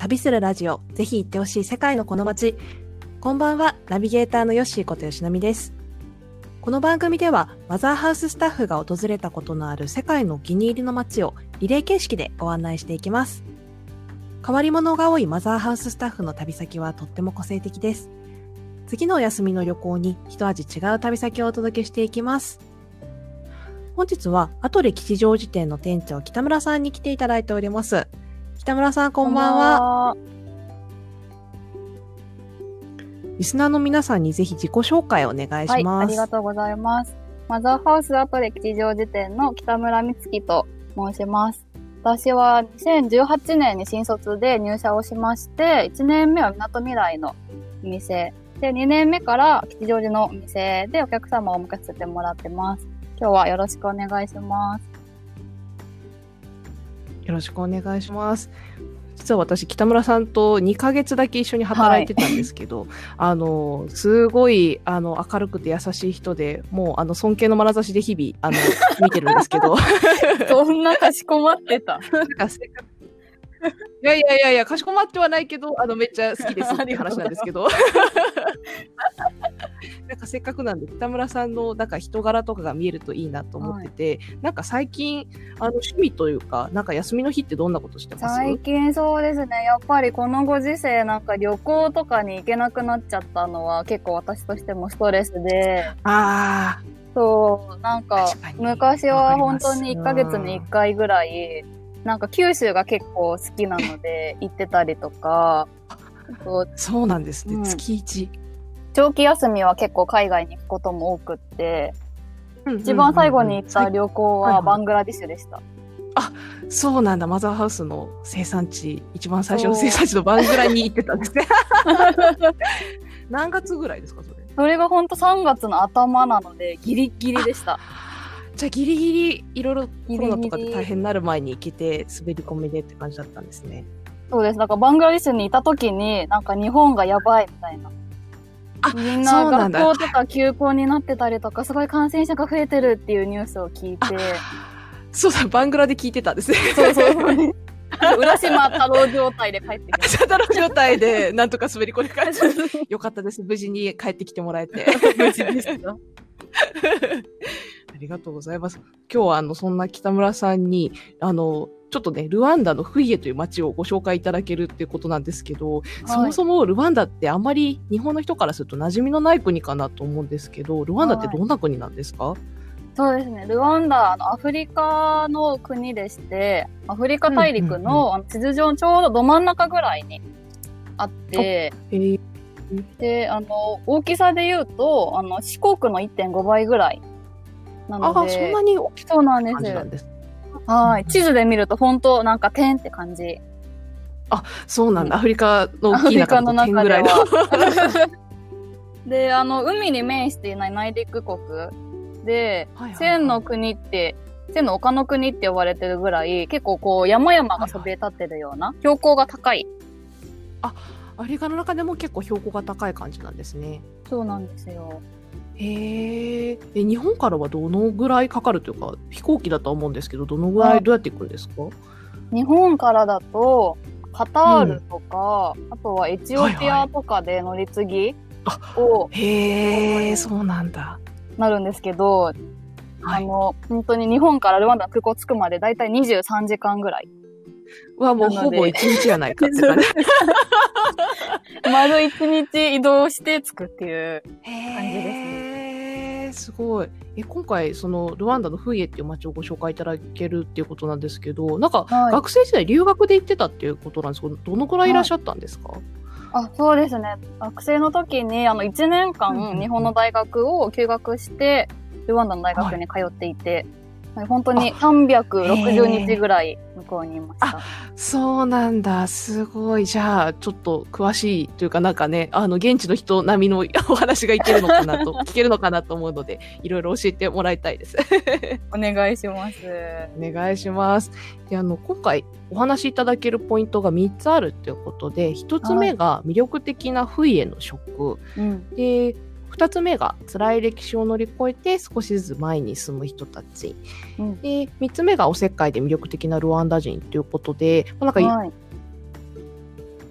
旅するラジオ、ぜひ行ってほしい世界のこの街。こんばんは、ナビゲーターのヨッシーこと吉波です。この番組ではマザーハウススタッフが訪れたことのある世界のお気に入りの街をリレー形式でご案内していきます。変わり者が多いマザーハウススタッフの旅先はとっても個性的です。次のお休みの旅行に一味違う旅先をお届けしていきます。本日はアトレ吉祥寺店の店長北村さんに来ていただいております。北村さん、こんばんは。リスナーの皆さんにぜひ自己紹介をお願いします。 はい、ありがとうございます。マザーハウスアトレ吉祥寺店の北村美月と申します。私は2018年に新卒で入社をしまして、1年目はみなとみらいのお店で、2年目から吉祥寺のお店でお客様をお迎えさせてもらってます。今日はよろしくお願いします。 よろしくお願いします。実は私、北村さんと2ヶ月だけ一緒に働いてたんですけど、はい、すごい明るくて優しい人で、もう尊敬の眼差しで日々見てるんですけど。 そんなかしこまってた。 いや、かしこまってはないけど、めっちゃ好きですって話なんですけど。なんかせっかくなんで、北村さんのなんか人柄とかが見えるといいなと思ってて、はい、なんか最近、趣味というか、なんか休みの日ってどんなことしてます？ 最近そうですね。やっぱりこのご時世、なんか旅行とかに行けなくなっちゃったのは結構私としてもストレスで。そう、なんか昔は本当に1ヶ月に1回ぐらい、なんか九州が結構好きなので行ってたりとか。 そうなんですね、月1。 長期休みは結構海外に行くことも多くって、一番最後に行った旅行はバングラディッシュでした。 あ、そうなんだ。マザーハウスの生産地、一番最初の生産地のバングラに行ってたんですね。何月ぐらいですか、それ？ それがほんと3月の頭なので、ギリギリでした。 じゃあギリギリ、いろいろコロナとかで大変になる前に行けて、滑り込みでって感じだったんですね。 そうです。なんかバングラディッシュにいた時に、なんか日本がやばいみたいな。みんな学校とか休校になってたりとか、すごい感染者が増えてるっていうニュースを聞いて。 そうだ、バングラで聞いてたんですね。 そう。浦島太郎状態で帰ってきて。 太郎状態で、なんとか滑り込んで帰って。よかったです。無事に帰ってきてもらえて。 無事でした。 ありがとうございます。今日はそんな北村さんに、ちょっとね、ルワンダのフイエという街をご紹介いただけるっていうことなんですけど、はい、そもそもルワンダってあんまり日本の人からすると馴染みのない国かなと思うんですけど、ルワンダってどんな国なんですか？はい、 そうですね。ルワンダ、アフリカの国でして、アフリカ大陸の地図上ちょうどど真ん中ぐらいにあって、で、大きさで言うと、四国の 1.5 倍ぐらいなので。 そんなに大きな感じなんです。 はい。地図で見ると本当なんか点って感じ。 あ、そうなんだ。アフリカの大きい中の点ぐらいの。 で、海に面していない内陸国で、千の国って、千の丘の国って呼ばれてるぐらい、結構こう山々がそびえ立ってるような、標高が高い。 アフリカの中でも結構標高が高い感じなんですね。 そうなんですよ。 日本からはどのぐらいかかるというか、飛行機だと思うんですけど、どのぐらいどうやって行くんですか？ 日本からだとカタールとか、あとはエチオピアとかで乗り継ぎを、 そうなんだ。 なるんですけど、本当に日本からルワンダの空港着くまでだいたい23時間ぐらい。 もうほぼ1日やないかって感じ。 丸1日移動して着くっていう感じですね。 すごい。今回そのルワンダのフイエっていう街をご紹介いただけるっていうことなんですけど、なんか学生時代留学で行ってたっていうことなんですけど、どのくらいいらっしゃったんですか？ そうですね。学生の時に1年間日本の大学を休学してルワンダの大学に通っていて、本当に360日ぐらい向こうにいました。 そうなんだ。すごい。じゃあ、ちょっと詳しいというかなんかね、現地の人並みのお話が聞けるのかなと、聞けるのかなと思うので、いろいろ教えてもらいたいです。 お願いします。 お願いします。で、今回お話しいただけるポイントが3つあるということで、1つ目が魅力的なフイエの食。で、2つ目が辛い歴史を乗り越えて少しずつ前に進む人たち、で3つ目がおせっかいで魅力的なルワンダ人ということで、なんか、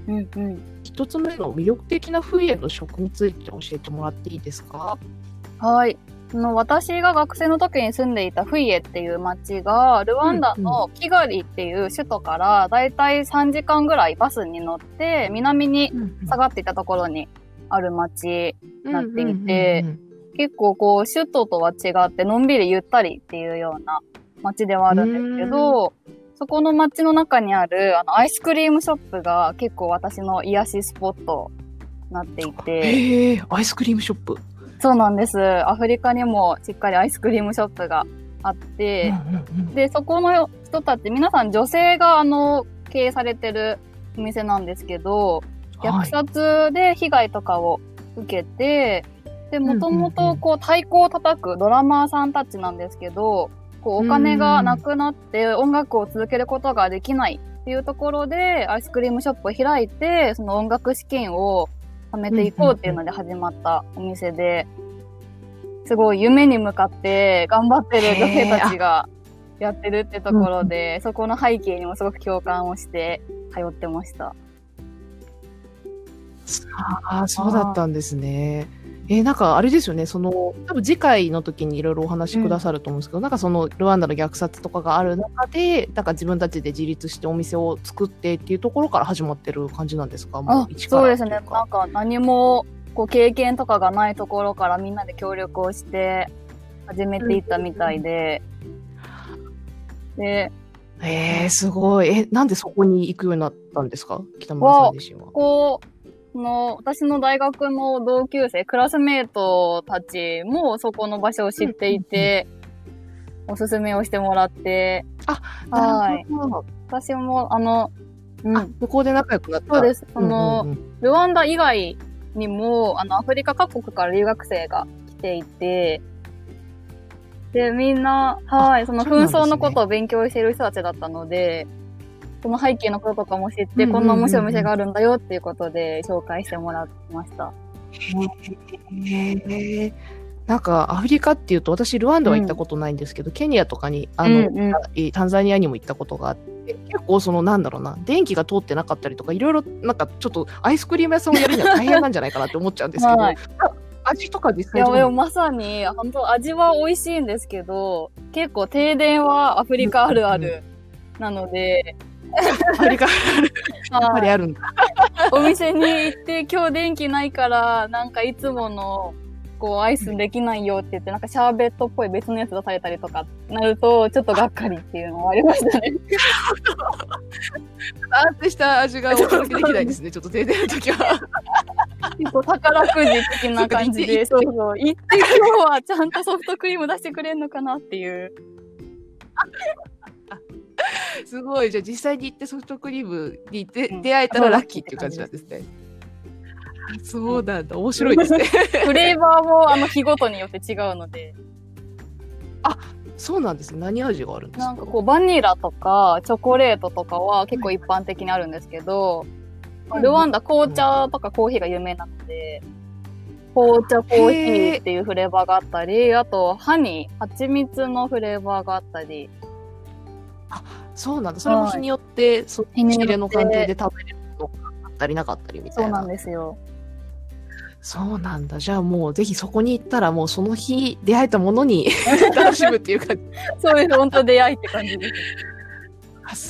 うんうん。 一つ目の魅力的なフイエの食について教えてもらっていいですか？ はい。私が学生の時に住んでいたフイエっていう町が、ルワンダのキガリっていう首都からだいたい3時間ぐらいバスに乗って南に下がっていったところにある町になっていて、結構こう首都とは違ってのんびりゆったりっていうような町ではあるんですけど、そこの町の中にあるアイスクリームショップが結構私の癒しスポットになっていて。 アイスクリームショップ。 そうなんです。アフリカにもしっかりアイスクリームショップがあって、で、そこの人たち、皆さん女性が経営されてるお店なんですけど、虐殺で被害とかを受けて、で、もともとこう太鼓を叩くドラマーさんたちなんですけど、こうお金がなくなって音楽を続けることができないっていうところで、アイスクリームショップを開いて、その音楽資金を貯めていこうっていうので始まったお店で、すごい夢に向かって頑張ってる女性たちがやってるってところで、そこの背景にもすごく共感をして通ってました。 ああ、そうだったんですね。なんかあれですよね、多分次回の時にいろいろお話しくださると思うんですけど、なんかルワンダの虐殺とかがある中で、なんか自分たちで自立してお店を作ってっていうところから始まってる感じなんですか？もう一から。 そうですね。なんか何もこう経験とかがないところからみんなで協力をして始めていったみたいで。 すごい。なんでそこに行くようになったんですか？北村さん自身は。 私の大学の同級生、クラスメートたちもそこの場所を知っていて、おすすめをしてもらって。 なるほど。 私も、 向こうで仲良くなった。 そうです。ルワンダ以外にも、アフリカ各国から留学生が来ていて、で、みんな、その紛争のことを勉強している人たちだったので、その背景のこととかも知って、こんな面白いお店があるんだよっていうことで紹介してもらってました。 なんかアフリカっていうと、私ルワンダは行ったことないんですけど、ケニアとかにタンザニアにも行ったことがあって、結構なんだろうな、電気が通ってなかったりとか、いろいろなんかちょっとアイスクリーム屋さんをやるには大変なんじゃないかなって思っちゃうんですけど、味とか実際いや、まさに本当味は美味しいんですけど、結構停電はアフリカあるあるなので、 アフリカやっぱりあるんだ。 お店に行って今日電気ないからなんかいつものこうアイスできないよって言ってなんかシャーベットっぽい別のやつ出されたりとかなるとちょっとがっかりっていうのはありましたね。 安定した味がお届けできないですね。ちょっと停電の時は。 結構宝くじ的な感じで、そうそう行って今日はちゃんとソフトクリーム出してくれんのかなっていう。 すごい。じゃあ実際に行ってソフトクリームに出会えたらラッキーっていう感じなんですね。そうなんだ。面白いですね。 フレーバーも日ごとによって違うので。 そうなんですね。何味があるんですか？ なんかこうバニラとかチョコレートとかは結構一般的にあるんですけど、ルワンダ紅茶とかコーヒーが有名なので、紅茶コーヒーっていうフレーバーがあったり、あとハニー、蜂蜜のフレーバーがあったり。 そうなんだ。それも日によって、仕入れの関係で食べれるのがあったりなかったりみたいな。 そうなんですよ。 そうなんだ。じゃあもうぜひそこに行ったらもうその日出会えたものに楽しむっていう感じ。 そうです。本当出会いって感じです。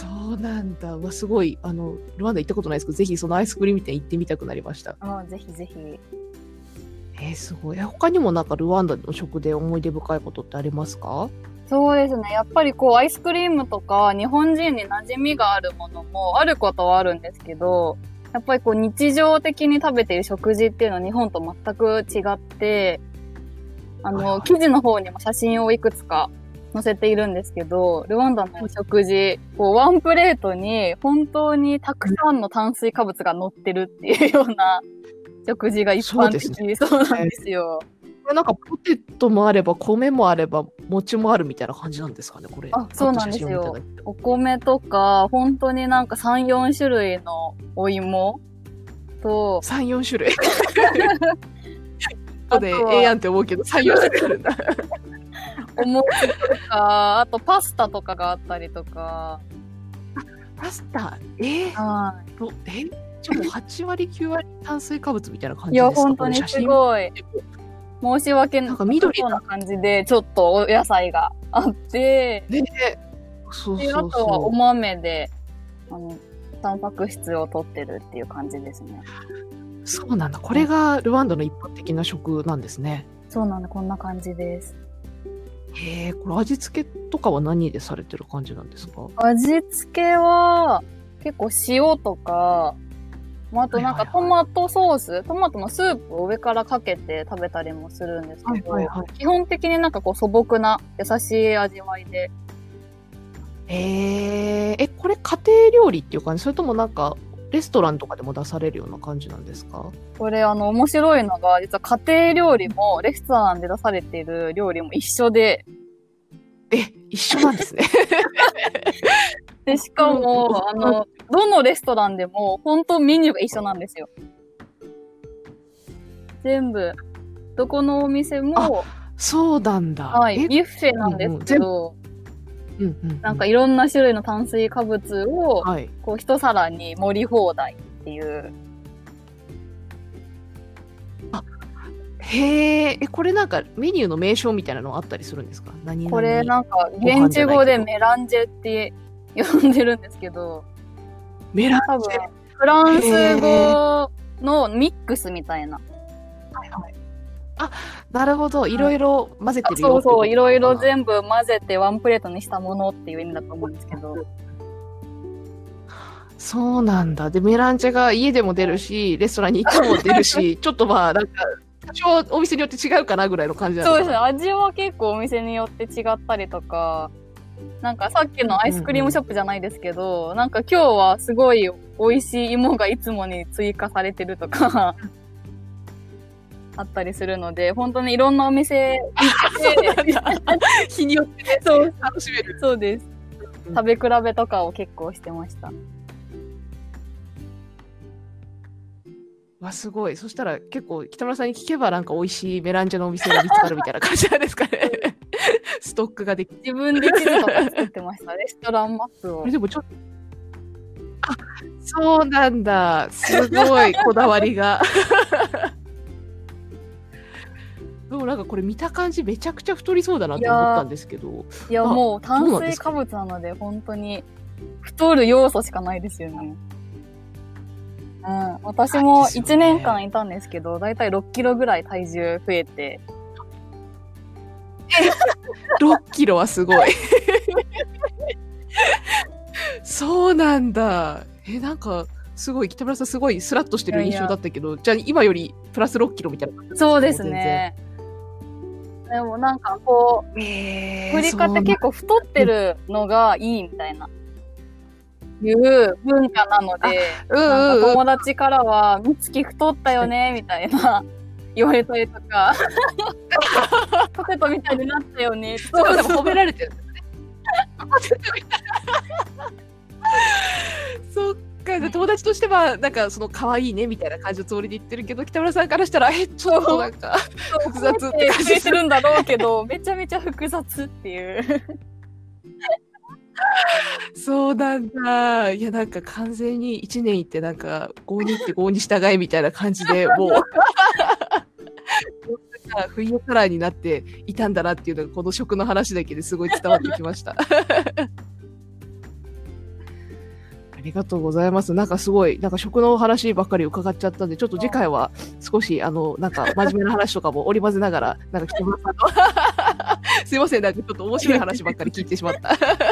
そうなんだ。すごい。ルワンダ行ったことないですけど、ぜひそのアイスクリーム店行ってみたくなりました。 ぜひぜひ。 すごい。他にもなんかルワンダの食で思い出深いことってありますか？ そうですね。やっぱりこうアイスクリームとか日本人に馴染みがあるものもあることはあるんですけど、やっぱりこう日常的に食べている食事っていうのは日本と全く違って、記事の方にも写真をいくつか載せているんですけど、ルワンダの食事、こうワンプレートに本当にたくさんの炭水化物が乗ってるっていうような食事が一般的にそうなんですよ。 なんかポテトもあれば米もあれば餅もあるみたいな感じなんですかね、これ。 そうなんですよ。お米とか本当になんか 3,4 種類のお芋と 3,4 種類後でやんって思うけど 3,4 種類あるんだ。 お餅とかあとパスタとかがあったりとか。 パスタ、 はじゃあもう8割9割炭水化物みたいな感い。いや、 じですか？ 本当にすごい。申し訳ななんか緑そうな感じで、ちょっとお野菜があって、 ね。そうで、あそうとはおそ豆で、タンパク質を取ってるっていう感じですね。 う。そうなんだ。これがルワンダの一般的な食なんですね。 そうなんだ、こんな感じです。 へえ、これ味付けとかは何でされてる感じなんですか？ 味付けは、結構塩とか、あとなんかトマトソース、トマトのスープを上からかけて食べたりもするんですけど、基本的になんかこう素朴な優しい味わいで。 これ家庭料理っていうかね、それともなんかレストランとかでも出されるような感じなんですか？ これ面白いのが、実は家庭料理もレストランで出されている料理も一緒で。 一緒なんですね。 で、しかも、どのレストランでも本当メニューが一緒なんですよ。全部、どこのお店も、 そうなんだ。 はい、ビュッフェなんですけど、なんかいろんな種類の炭水化物を、こう一皿に盛り放題っていう。 へえ、これなんかメニューの名称みたいなのあったりするんですか？ これなんか現地語でメランジェって呼んでるんですけど、 メランジェ、 多分フランス語のミックスみたいな。 なるほど。いろいろ混ぜてるよ。 そうそう、いろいろ全部混ぜてワンプレートにしたものっていう意味だと思うんですけど。 そうなんだ。で、メランチェが家でも出るし、レストランに行っても出るし、ちょっとまあ、なんか、多少お店によって違うかなぐらいの感じなのかな。 そうですね。味は結構お店によって違ったりとか、なんかさっきのアイスクリームショップじゃないですけど、なんか今日はすごい美味しい芋がいつもに追加されてるとか、あったりするので、本当にいろんなお店行って、 日によってね、 そう楽しめる。 そうです。食べ比べとかを結構してました。 わ、すごい。そしたら結構北村さんに聞けばなんか美味しいメランジェのお店が見つかるみたいな感じなんですかね。ストックができて。 自分で地図とか作ってました。レストランマップを。 でもちょっと、そうなんだ。すごいこだわりが。でもなんかこれ見た感じめちゃくちゃ太りそうだなと思ったんですけど。 いやもう炭水化物なので本当に太る要素しかないですよね。うん。私も1年間いたんですけど、だいたい6キロぐらい体重増えて。 6キロはすごい。そうなんだ。なんか、すごい、北村さんすごいスラッとしてる印象だったけど、じゃあ今よりプラス6キロみたいな感じですか？ そうですね。でもなんかこう、アフリカって結構太ってるのがいいみたいな、いう文化なので、なんか友達からは、みつき太ったよね、みたいな言われたりとか、ポテトみたいになったよね、 そう褒められてるんですね。そっか。友達としてはなんかその可愛いねみたいな感じのつもりで言ってるけど、北村さんからしたらちょっとなんか複雑って感じするんだろうけど、めちゃめちゃ複雑っていう。 そうなんだ。いやなんか完全に1年行ってなんか郷に行って郷に従いみたいな感じでもう冬カラーになっていたんだなっていうのがこの食の話だけですごい伝わってきました。ありがとうございます。なんかすごい、なんか食の話ばっかり伺っちゃったんで、ちょっと次回は少し、なんか真面目な話とかも織り交ぜながら、なんか北村さんのすいません、なんかちょっと面白い話ばっかり聞いてしまった。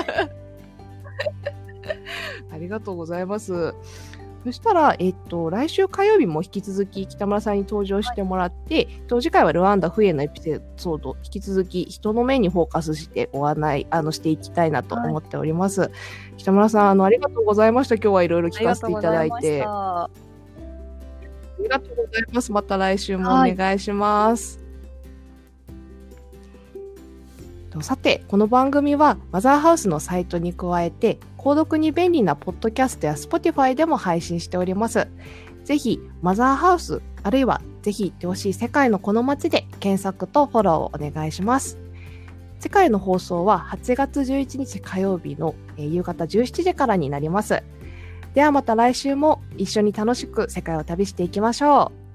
ありがとうございます。そしたら、来週火曜日も引き続き北村さんに登場してもらって、次回はルワンダフエのエピソード、引き続き人の目にフォーカスしてご案内、していきたいなと思っております。北村さん、ありがとうございました。今日はいろいろ聞かせていただいて。ありがとうございます。また来週もお願いします。さて、この番組はマザーハウスのサイトに加えて、購読に便利なポッドキャストや Spotify でも配信しております。ぜひ、マザーハウス、あるいはぜひ行ってほしい世界のこの街で検索とフォローをお願いします。 次回の放送は8月11日火曜日の夕方17時からになります。ではまた来週も一緒に楽しく世界を旅していきましょう。